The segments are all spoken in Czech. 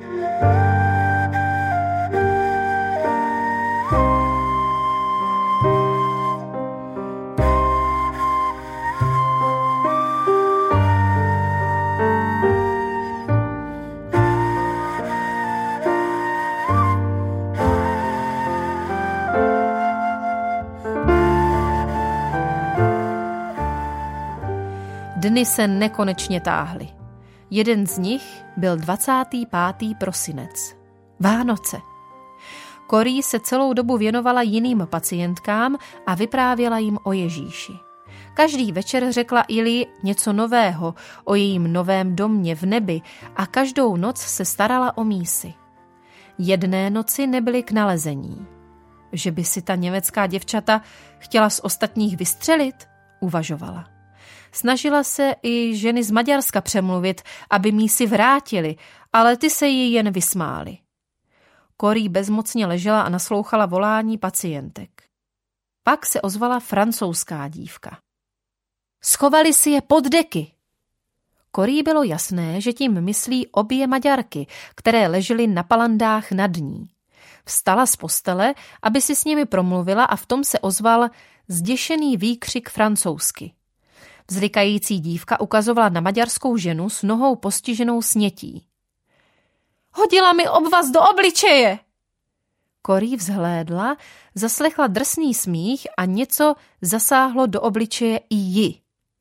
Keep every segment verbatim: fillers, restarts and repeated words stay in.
Dny se nekonečně táhly. Jeden z nich byl dvacátého pátého prosince. Vánoce. Corrie se celou dobu věnovala jiným pacientkám a vyprávěla jim o Ježíši. Každý večer řekla Ili něco nového o jejím novém domě v nebi a každou noc se starala o mísy. Jedné noci nebyly k nalezení. Že by si ta německá děvčata chtěla z ostatních vystřelit, uvažovala. Snažila se i ženy z Maďarska přemluvit, aby mísy vrátili, ale ty se jí jen vysmály. Corrie bezmocně ležela a naslouchala volání pacientek. Pak se ozvala francouzská dívka. Schovali si je pod deky. Corrie bylo jasné, že tím myslí obě Maďarky, které ležely na palandách nad ní. Vstala z postele, aby si s nimi promluvila a v tom se ozval zděšený výkřik francouzsky. Vzlikající dívka ukazovala na maďarskou ženu s nohou postiženou snětí. Hodila mi obvaz do obličeje! Corrie vzhlédla, zaslechla drsný smích a něco zasáhlo do obličeje i ji.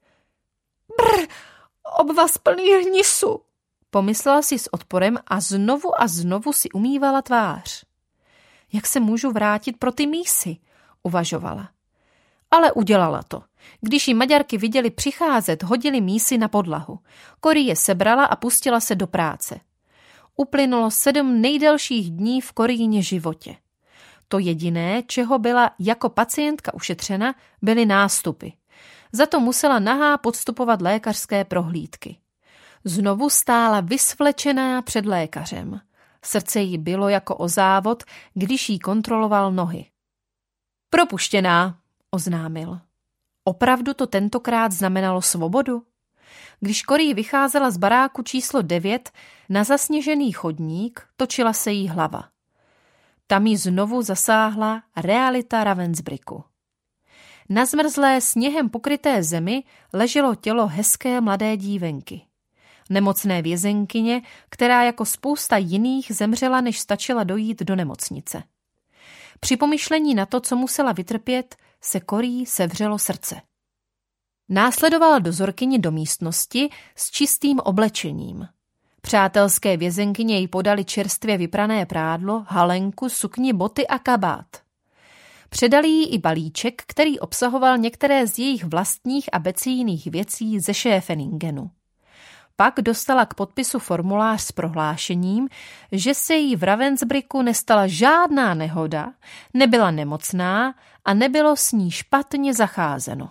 Brr, obvaz plný hnisu, pomyslela si s odporem a znovu a znovu si umývala tvář. Jak se můžu vrátit pro ty mísy, uvažovala. Ale udělala to. Když ji Maďarky viděli přicházet, hodili mísy na podlahu. Corrie je sebrala a pustila se do práce. Uplynulo sedm nejdelších dní v Corriině životě. To jediné, čeho byla jako pacientka ušetřena, byly nástupy. Za to musela nahá podstupovat lékařské prohlídky. Znovu stála vysvlečená před lékařem. Srdce jí bylo jako o závod, když jí kontroloval nohy. Propuštěná, oznámil. Opravdu to tentokrát znamenalo svobodu? Když Corrie vycházela z baráku číslo devět, na zasněžený chodník točila se jí hlava. Tam jí znovu zasáhla realita Ravensbrücku. Na zmrzlé sněhem pokryté zemi leželo tělo hezké mladé dívenky. Nemocné vězenkyně, která jako spousta jiných zemřela, než stačila dojít do nemocnice. Při pomyšlení na to, co musela vytrpět, se Corrie sevřelo srdce. Následovala dozorkyni do místnosti s čistým oblečením. Přátelské vězenkyně jí podali čerstvě vyprané prádlo, halenku, sukni, boty a kabát. Předali jí i balíček, který obsahoval některé z jejich vlastních a becijných věcí ze Schäfeningenu. Pak dostala k podpisu formulář s prohlášením, že se jí v Ravensbrücku nestala žádná nehoda, nebyla nemocná a nebylo s ní špatně zacházeno.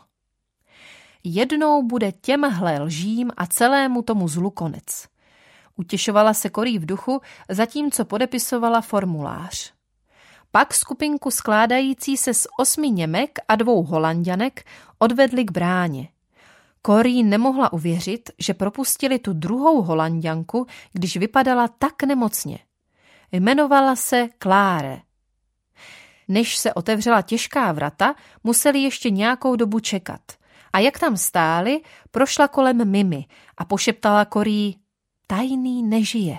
Jednou bude těmhle lžím a celému tomu zlu konec. Utěšovala se Corrie v duchu, zatímco podepisovala formulář. Pak skupinku skládající se z osmi Němek a dvou Holanďanek odvedli k bráně. Corrie nemohla uvěřit, že propustili tu druhou Holanďanku, když vypadala tak nemocně. Jmenovala se Kláre. Než se otevřela těžká vrata, museli ještě nějakou dobu čekat. A jak tam stáli, prošla kolem Mimi a pošeptala Corrie, tajný nežije.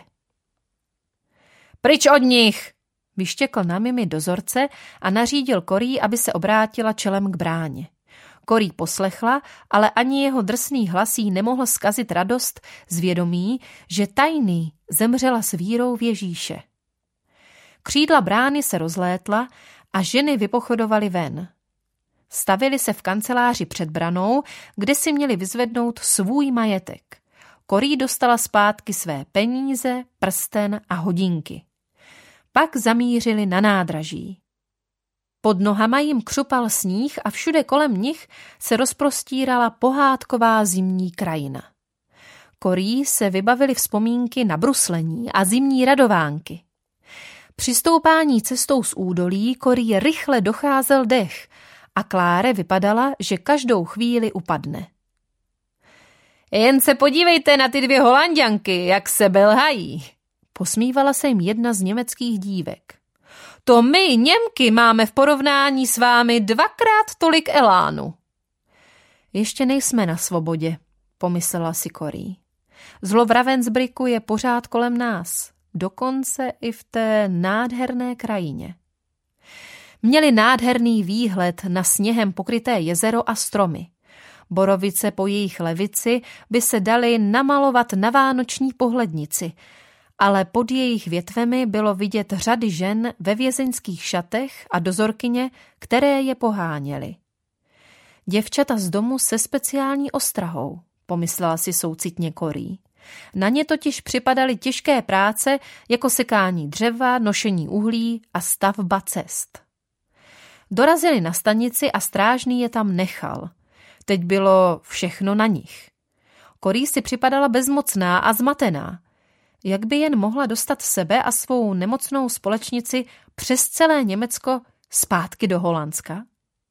Pryč od nich! Vyštěkl na Mimi dozorce a nařídil Corrie, aby se obrátila čelem k bráně. Corrie poslechla, ale ani jeho drsný hlas jí nemohl zkazit radost z vědomí, že tajný zemřela s vírou v Ježíše. Křídla brány se rozlétla a ženy vypochodovaly ven. Stavili se v kanceláři před branou, kde si měli vyzvednout svůj majetek. Corrie dostala zpátky své peníze, prsten a hodinky. Pak zamířili na nádraží. Pod nohama jim křupal sníh a všude kolem nich se rozprostírala pohádková zimní krajina. Corrie se vybavily vzpomínky na bruslení a zimní radovánky. Při stoupání cestou z údolí Corrie rychle docházel dech a Kláre vypadala, že každou chvíli upadne. Jen se podívejte na ty dvě Holanďanky, jak se belhají, Posmívala se jim jedna z německých dívek. To my, Němky, máme v porovnání s vámi dvakrát tolik elánu. Ještě nejsme na svobodě, pomyslela si Corrie. Zlo v Ravensbrücku je pořád kolem nás, dokonce i v té nádherné krajině. Měli nádherný výhled na sněhem pokryté jezero a stromy. Borovice po jejich levici by se daly namalovat na vánoční pohlednici, ale pod jejich větvemi bylo vidět řady žen ve vězeňských šatech a dozorkyně, které je poháněly. Děvčata z domu se speciální ostrahou, pomyslela si soucitně Corrie. Na ně totiž připadaly těžké práce jako sekání dřeva, nošení uhlí a stavba cest. Dorazili na stanici a strážný je tam nechal. Teď bylo všechno na nich. Corrie si připadala bezmocná a zmatená. Jak by jen mohla dostat sebe a svou nemocnou společnici přes celé Německo zpátky do Holandska?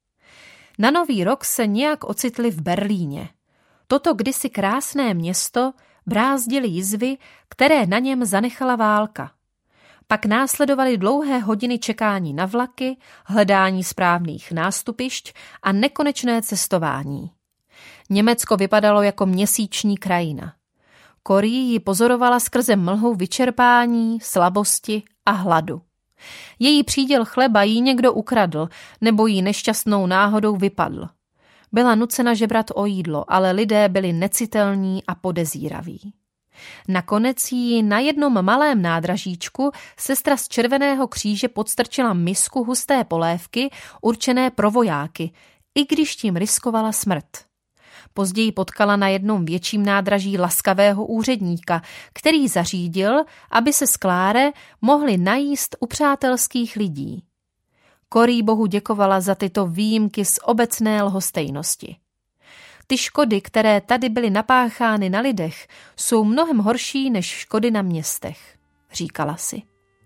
Na Nový rok se nějak ocitli v Berlíně. Toto kdysi krásné město brázdily jizvy, které na něm zanechala válka. Pak následovaly dlouhé hodiny čekání na vlaky, hledání správných nástupišť a nekonečné cestování. Německo vypadalo jako měsíční krajina. Corrie ji pozorovala skrze mlhu vyčerpání, slabosti a hladu. Její příděl chleba jí někdo ukradl, nebo jí nešťastnou náhodou vypadl. Byla nucena žebrat o jídlo, ale lidé byli necitelní a podezíraví. Nakonec jí na jednom malém nádražíčku sestra z Červeného kříže podstrčila misku husté polévky určené pro vojáky, i když tím riskovala smrt. Později potkala na jednom větším nádraží laskavého úředníka, který zařídil, aby se s Claire mohli najíst u přátelských lidí. Corrie Bohu děkovala za tyto výjimky z obecné lhostejnosti. Ty škody, které tady byly napáchány na lidech, jsou mnohem horší než škody na městech, říkala si.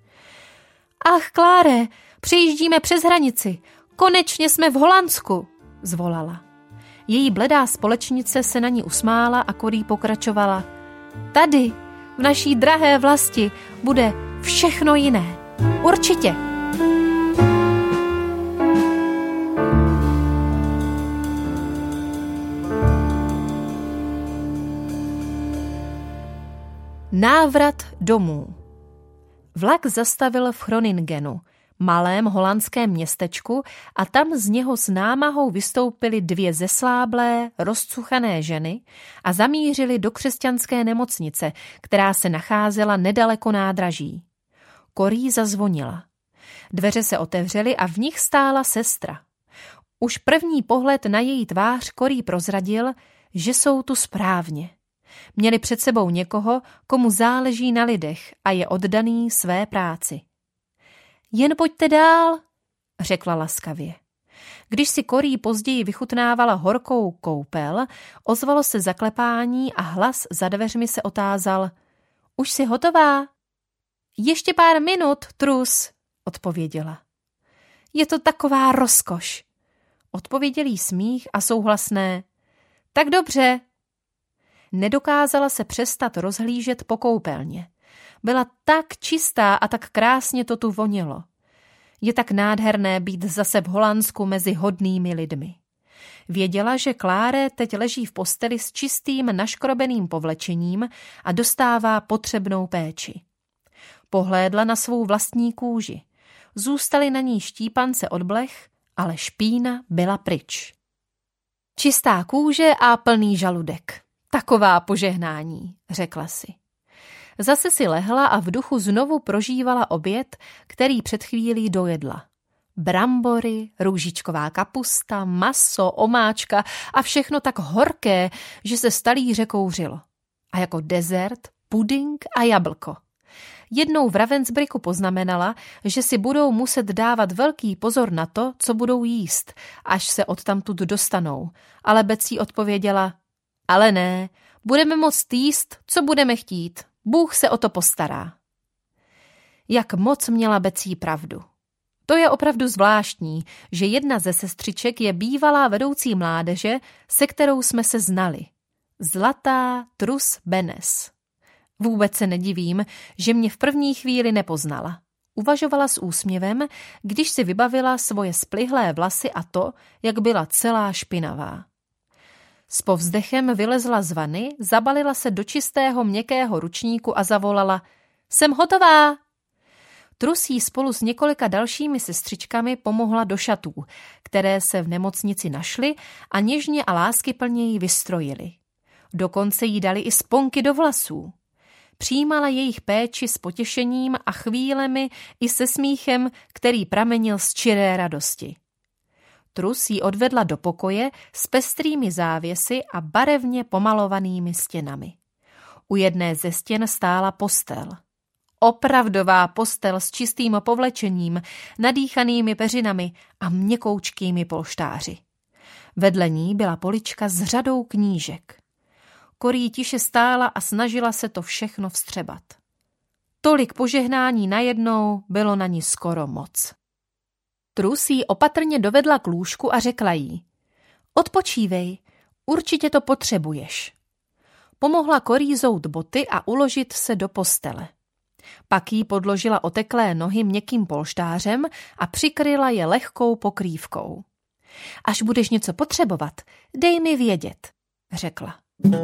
Ach, Claire, přejíždíme přes hranici, konečně jsme v Holandsku, zvolala. Její bledá společnice se na ní usmála a Corrie pokračovala. Tady, v naší drahé vlasti, bude všechno jiné. Určitě. Návrat domů. Vlak zastavil v Groningenu, malém holandském městečku, a tam z něho s námahou vystoupily dvě zesláblé, rozcuchané ženy a zamířily do křesťanské nemocnice, která se nacházela nedaleko nádraží. Corrie zazvonila. Dveře se otevřely a v nich stála sestra. Už první pohled na její tvář Corrie prozradil, že jsou tu správně. Měli před sebou někoho, komu záleží na lidech a je oddaný své práci. Jen pojďte dál, řekla laskavě. Když si Corrie později vychutnávala horkou koupel, ozvalo se zaklepání a hlas za dveřmi se otázal. Už jsi hotová? Ještě pár minut, trus, odpověděla. Je to taková rozkoš, odpověděl jí smích a souhlasné. Tak dobře. Nedokázala se přestat rozhlížet po koupelně. Byla tak čistá a tak krásně to tu vonilo. Je tak nádherné být zase v Holandsku mezi hodnými lidmi. Věděla, že Claire teď leží v posteli s čistým naškrobeným povlečením a dostává potřebnou péči. Pohlédla na svou vlastní kůži. Zůstaly na ní štípance od blech, ale špína byla pryč. Čistá kůže a plný žaludek. Taková požehnání, řekla si. Zase si lehla a v duchu znovu prožívala oběd, který před chvílí dojedla. Brambory, růžičková kapusta, maso, omáčka a všechno tak horké, že se z talíře kouřilo. A jako dezert puding a jablko. Jednou v Ravensbrücku poznamenala, že si budou muset dávat velký pozor na to, co budou jíst, až se odtamtud dostanou. Ale Betsy odpověděla, ale ne, budeme moct jíst, co budeme chtít. Bůh se o to postará. Jak moc měla Betsy pravdu. To je opravdu zvláštní, že jedna ze sestřiček je bývalá vedoucí mládeže, se kterou jsme se znali. Zlatá Trus Benes. Vůbec se nedivím, že mě v první chvíli nepoznala. Uvažovala s úsměvem, když si vybavila svoje splihlé vlasy a to, jak byla celá špinavá. S povzdechem vylezla z vany, zabalila se do čistého měkkého ručníku a zavolala: Jsem hotová! Trusí spolu s několika dalšími sestřičkami pomohla do šatů, které se v nemocnici našly a něžně a láskyplně ji vystrojili. Dokonce jí dali i sponky do vlasů. Přijímala jejich péči s potěšením a chvílemi i se smíchem, který pramenil z čiré radosti. Trus ji odvedla do pokoje s pestrými závěsy a barevně pomalovanými stěnami. U jedné ze stěn stála postel. Opravdová postel s čistým povlečením, nadýchanými peřinami a měkoučkými polštáři. Vedle ní byla polička s řadou knížek. Corrie tiše stála a snažila se to všechno vstřebat. Tolik požehnání najednou bylo na ní skoro moc. Trus jí opatrně dovedla k lůžku a řekla jí: Odpočívej, určitě to potřebuješ. Pomohla Corrie zout boty a uložit se do postele. Pak jí podložila oteklé nohy měkkým polštářem a přikryla je lehkou pokrývkou. Až budeš něco potřebovat, dej mi vědět, řekla.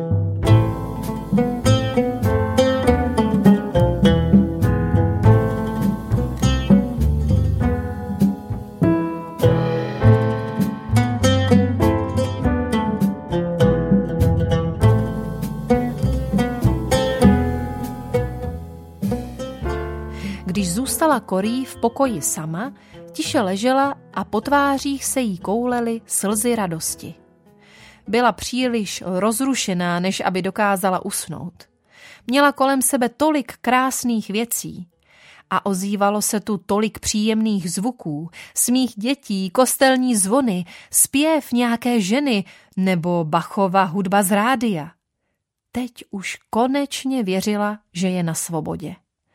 Když zůstala Corrie v pokoji sama, tiše ležela a po tvářích se jí koulely slzy radosti. Byla příliš rozrušená, než aby dokázala usnout. Měla kolem sebe tolik krásných věcí a ozývalo se tu tolik příjemných zvuků, smích dětí, kostelní zvony, zpěv nějaké ženy nebo Bachova hudba z rádia. Teď už konečně věřila, že je na svobodě.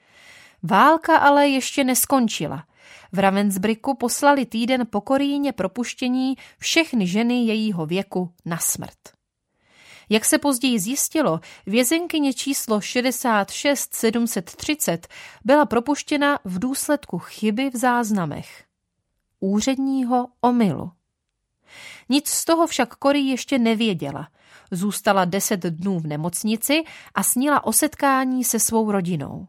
Válka ale ještě neskončila. V Ravensbrücku poslali týden po Corrieně propuštění všechny ženy jejího věku na smrt. Jak se později zjistilo, vězenkyně číslo šedesát šest sedm set třicet byla propuštěna v důsledku chyby v záznamech. Úředního omylu. Nic z toho však Corrie ještě nevěděla. Zůstala deset dnů v nemocnici a snila o setkání se svou rodinou.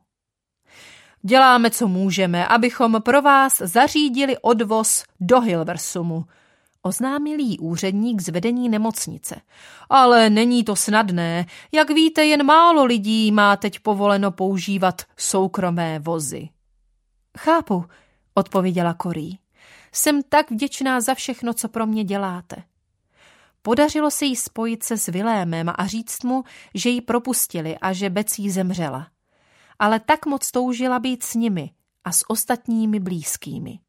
Děláme, co můžeme, abychom pro vás zařídili odvoz do Hilversumu, oznámil jí úředník z vedení nemocnice. Ale není to snadné. Jak víte, jen málo lidí má teď povoleno používat soukromé vozy. Chápu, odpověděla Corrie. Jsem tak vděčná za všechno, co pro mě děláte. Podařilo se jí spojit se s Vilémem a říct mu, že ji propustili a že Betsy zemřela. Ale tak moc toužila být s nimi a s ostatními blízkými.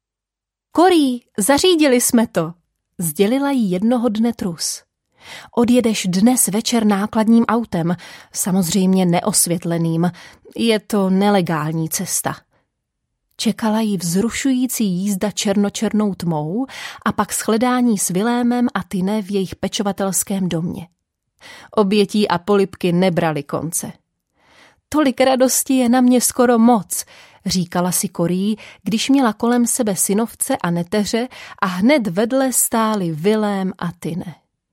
Corrie, zařídili jsme to, sdělila jí jednoho dne Trus. Odjedeš dnes večer nákladním autem, samozřejmě neosvětleným, je to nelegální cesta. Čekala jí vzrušující jízda černočernou tmou a pak shledání s Vilémem a Tine v jejich pečovatelském domě. Obětí a polibky nebrali konce. Tolik radosti je na mě skoro moc, říkala si Corrie, když měla kolem sebe synovce a neteře a hned vedle stáli Vilém a Tine.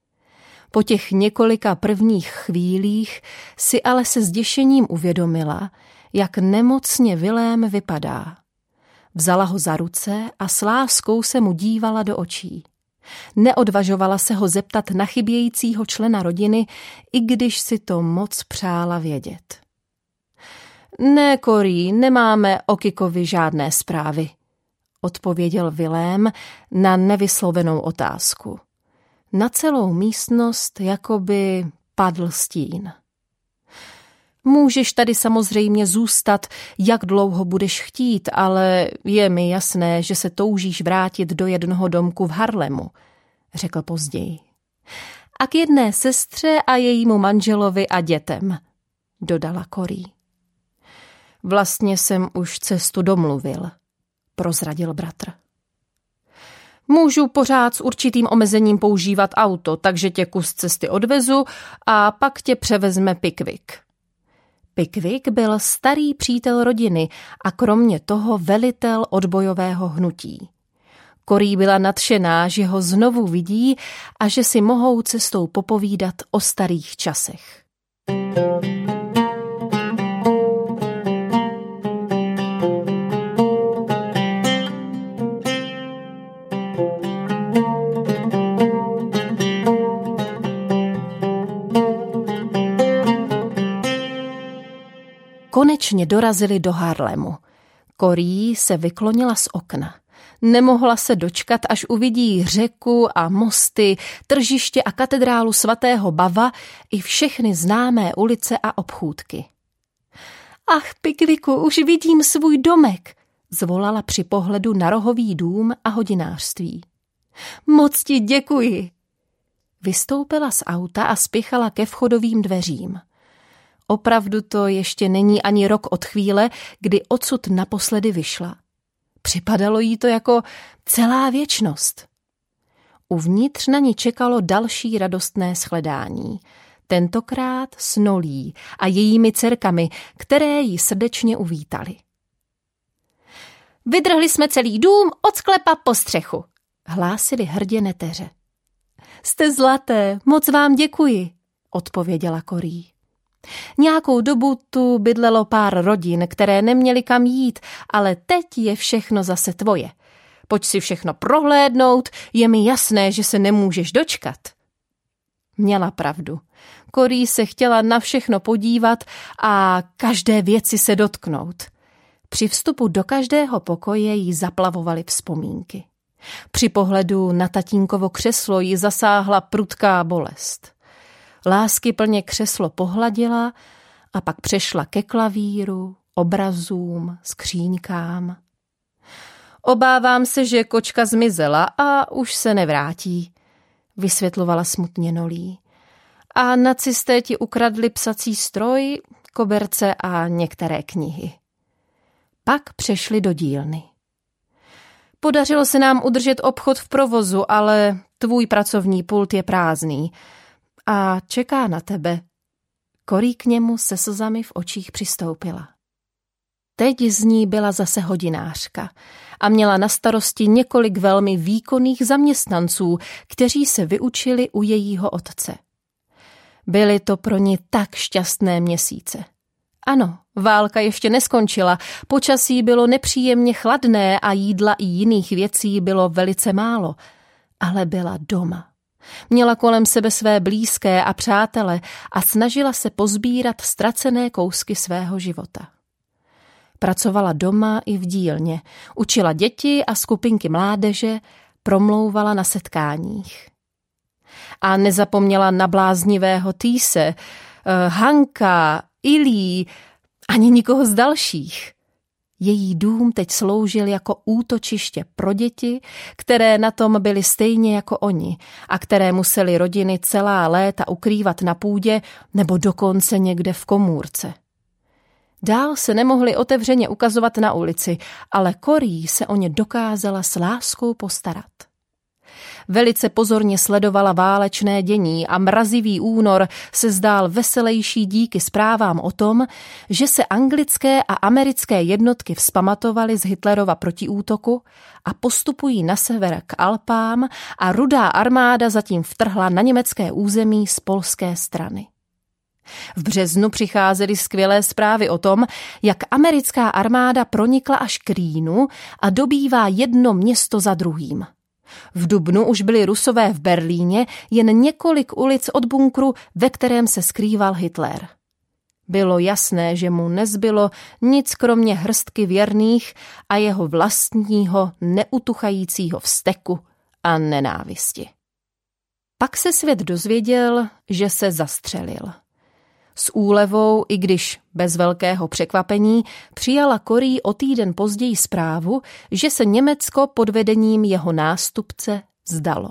Po těch několika prvních chvílích si ale se zděšením uvědomila, jak nemocně Vilém vypadá. Vzala ho za ruce a s láskou se mu dívala do očí. Neodvažovala se ho zeptat na chybějícího člena rodiny, i když si to moc přála vědět. Ne, Corrie, nemáme o Kikovi žádné zprávy, odpověděl Vilém na nevyslovenou otázku. Na celou místnost jakoby padl stín. Můžeš tady samozřejmě zůstat, jak dlouho budeš chtít, ale je mi jasné, že se toužíš vrátit do jednoho domku v Harlemu, řekl později. A k jedné sestře a jejímu manželovi a dětem, dodala Corrie. Vlastně jsem už cestu domluvil, prozradil bratr. Můžu pořád s určitým omezením používat auto, takže tě kus cesty odvezu a pak tě převezme Pickwick. Pickwick byl starý přítel rodiny a kromě toho velitel odbojového hnutí. Corrie byla nadšená, že ho znovu vidí a že si mohou cestou popovídat o starých časech. Konečně dorazili do Harlemu. Corrie se vyklonila z okna. Nemohla se dočkat, až uvidí řeku a mosty, tržiště a katedrálu svatého Bava i všechny známé ulice a obchůdky. Ach, Pickwicku, už vidím svůj domek, zvolala při pohledu na rohový dům a hodinářství. Moc ti děkuji. Vystoupila z auta a spěchala ke vchodovým dveřím. Opravdu to ještě není ani rok od chvíle, kdy odsud naposledy vyšla. Připadalo jí to jako celá věčnost. Uvnitř na ní čekalo další radostné shledání. Tentokrát s Nolí a jejími dcerkami, které ji srdečně uvítali. Vydrhli jsme celý dům od sklepa po střechu, hlásili hrdě neteře. Jste zlaté, moc vám děkuji, odpověděla Corrie. Nějakou dobu tu bydlelo pár rodin, které neměly kam jít, ale teď je všechno zase tvoje. Pojď si všechno prohlédnout, je mi jasné, že se nemůžeš dočkat. Měla pravdu. Corrie se chtěla na všechno podívat a každé věci se dotknout. Při vstupu do každého pokoje jí zaplavovaly vzpomínky. Při pohledu na tatínkovo křeslo ji zasáhla prudká bolest. Láskyplně křeslo pohladila a pak přešla ke klavíru, obrazům, skříňkám. Obávám se, že kočka zmizela a už se nevrátí, vysvětlovala smutně Nolí. A nacisté ti ukradli psací stroj, koberce a některé knihy. Pak přešli do dílny. Podařilo se nám udržet obchod v provozu, ale tvůj pracovní pult je prázdný a čeká na tebe. Corrie k němu se slzami v očích přistoupila. Teď z ní byla zase hodinářka a měla na starosti několik velmi výkonných zaměstnanců, kteří se vyučili u jejího otce. Byly to pro ní tak šťastné měsíce. Ano, válka ještě neskončila, počasí bylo nepříjemně chladné a jídla i jiných věcí bylo velice málo, ale byla doma. Měla kolem sebe své blízké a přátele a snažila se pozbírat ztracené kousky svého života. Pracovala doma i v dílně, učila děti a skupinky mládeže, promlouvala na setkáních. A nezapomněla na bláznivého Týse, Hanka, Ilí, ani nikoho z dalších. Její dům teď sloužil jako útočiště pro děti, které na tom byly stejně jako oni a které museli rodiny celá léta ukrývat na půdě nebo dokonce někde v komůrce. Dál se nemohli otevřeně ukazovat na ulici, ale Corrie se o ně dokázala s láskou postarat. Velice pozorně sledovala válečné dění a mrazivý únor se zdál veselejší díky zprávám o tom, že se anglické a americké jednotky vzpamatovaly z Hitlerova protiútoku a postupují na sever k Alpám a Rudá armáda zatím vtrhla na německé území z polské strany. V březnu přicházely skvělé zprávy o tom, jak americká armáda pronikla až k Rýnu a dobývá jedno město za druhým. V dubnu už byli Rusové v Berlíně jen několik ulic od bunkru, ve kterém se skrýval Hitler. Bylo jasné, že mu nezbylo nic kromě hrstky věrných a jeho vlastního neutuchajícího vzteku a nenávisti. Pak se svět dozvěděl, že se zastřelil. S úlevou, i když bez velkého překvapení, přijala Corrie o týden později zprávu, že se Německo pod vedením jeho nástupce vzdalo.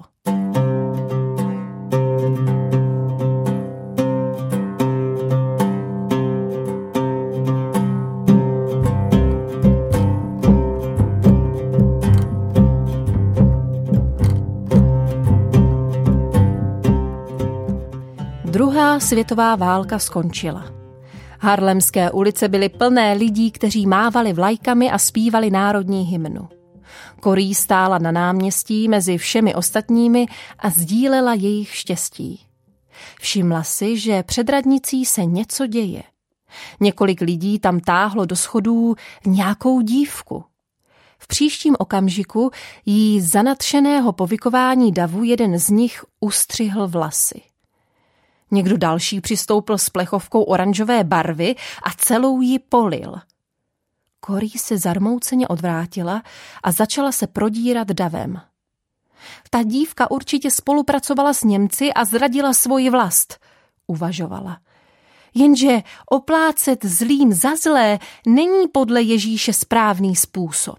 Druhá světová válka skončila. Harlemské ulice byly plné lidí, kteří mávali vlajkami a zpívali národní hymnu. Corrie stála na náměstí mezi všemi ostatními a sdílela jejich štěstí. Všimla si, že před radnicí se něco děje. Několik lidí tam táhlo do schodů nějakou dívku. V příštím okamžiku jí za nadšeného povykování davu jeden z nich ustřihl vlasy. Někdo další přistoupil s plechovkou oranžové barvy a celou ji polil. Corrie se zarmouceně odvrátila a začala se prodírat davem. Ta dívka určitě spolupracovala s Němci a zradila svoji vlast, uvažovala. Jenže oplácet zlým za zlé není podle Ježíše správný způsob.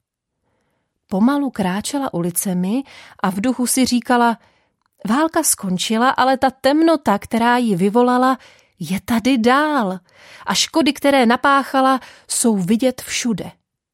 Pomalu kráčela ulicemi a v duchu si říkala, válka skončila, ale ta temnota, která ji vyvolala, je tady dál a škody, které napáchala, jsou vidět všude.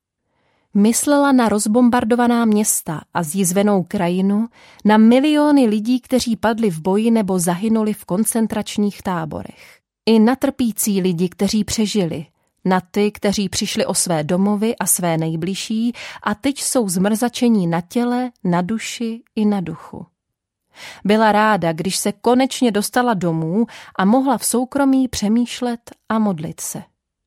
Myslela na rozbombardovaná města a zjizvenou krajinu, na miliony lidí, kteří padli v boji nebo zahynuli v koncentračních táborech. I na trpící lidi, kteří přežili, na ty, kteří přišli o své domovy a své nejbližší a teď jsou zmrzačení na těle, na duši i na duchu. Byla ráda, když se konečně dostala domů a mohla v soukromí přemýšlet a modlit se.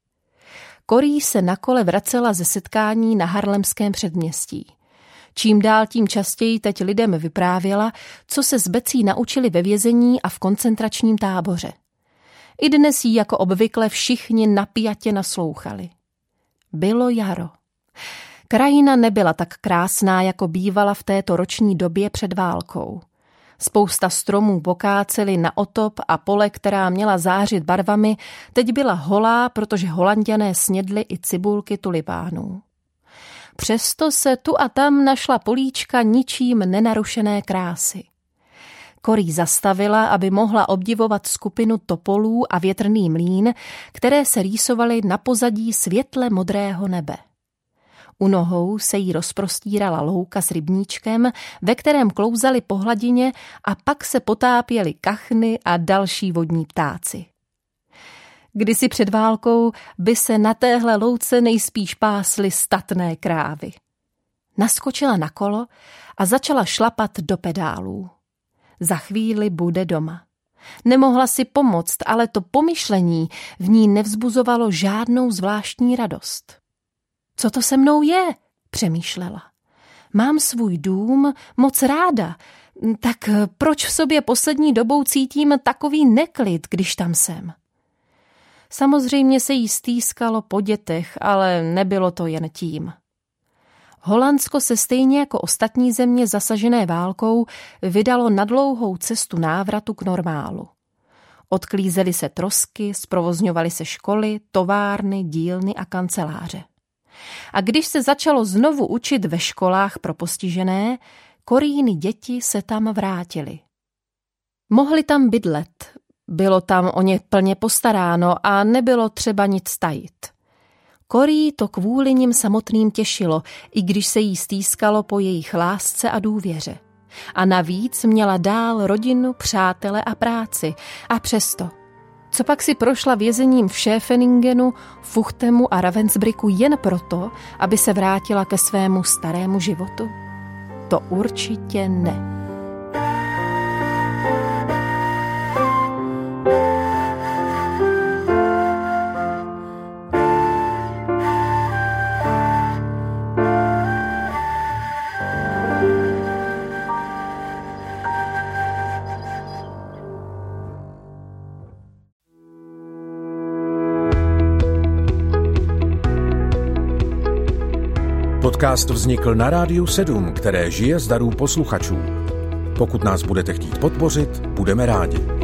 Corrie se na kole vracela ze setkání na harlemském předměstí. Čím dál tím častěji teď lidem vyprávěla, co se s Betsy naučili ve vězení a v koncentračním táboře. I dnes jí jako obvykle všichni napjatě naslouchali. Bylo jaro. Krajina nebyla tak krásná, jako bývala v této roční době před válkou. Spousta stromů pokácely na otop a pole, která měla zářit barvami, teď byla holá, protože Holanďané snědli i cibulky tulipánů. Přesto se tu a tam našla políčka ničím nenarušené krásy. Corrie zastavila, aby mohla obdivovat skupinu topolů a větrný mlýn, které se rýsovaly na pozadí světle modrého nebe. U nohou se jí rozprostírala louka s rybníčkem, ve kterém klouzaly po hladině a pak se potápěly kachny a další vodní ptáci. Kdysi před válkou by se na téhle louce nejspíš pásly statné krávy. Naskočila na kolo a začala šlapat do pedálů. Za chvíli bude doma. Nemohla si pomoct, ale to pomyšlení v ní nevzbuzovalo žádnou zvláštní radost. Co to se mnou je? Přemýšlela. Mám svůj dům moc ráda, tak proč v sobě poslední dobou cítím takový neklid, když tam jsem? Samozřejmě se jí stýskalo po dětech, ale nebylo to jen tím. Holandsko se stejně jako ostatní země zasažené válkou vydalo na dlouhou cestu návratu k normálu. Odklízely se trosky, zprovozňovaly se školy, továrny, dílny a kanceláře. A když se začalo znovu učit ve školách pro postižené, Corriiny děti se tam vrátily. Mohli tam bydlet, bylo tam o ně plně postaráno a nebylo třeba nic tajit. Corrie to kvůli nim samotným těšilo, i když se jí stýskalo po jejich lásce a důvěře. A navíc měla dál rodinu, přátele a práci. A přesto, co pak si prošla vězením v Schäfeningenu, Fuchtemu a Ravensbrücku jen proto, aby se vrátila ke svému starému životu? To určitě ne. Podcast vznikl na Rádiu sedm, které žije z darů posluchačů. Pokud nás budete chtít podpořit, budeme rádi.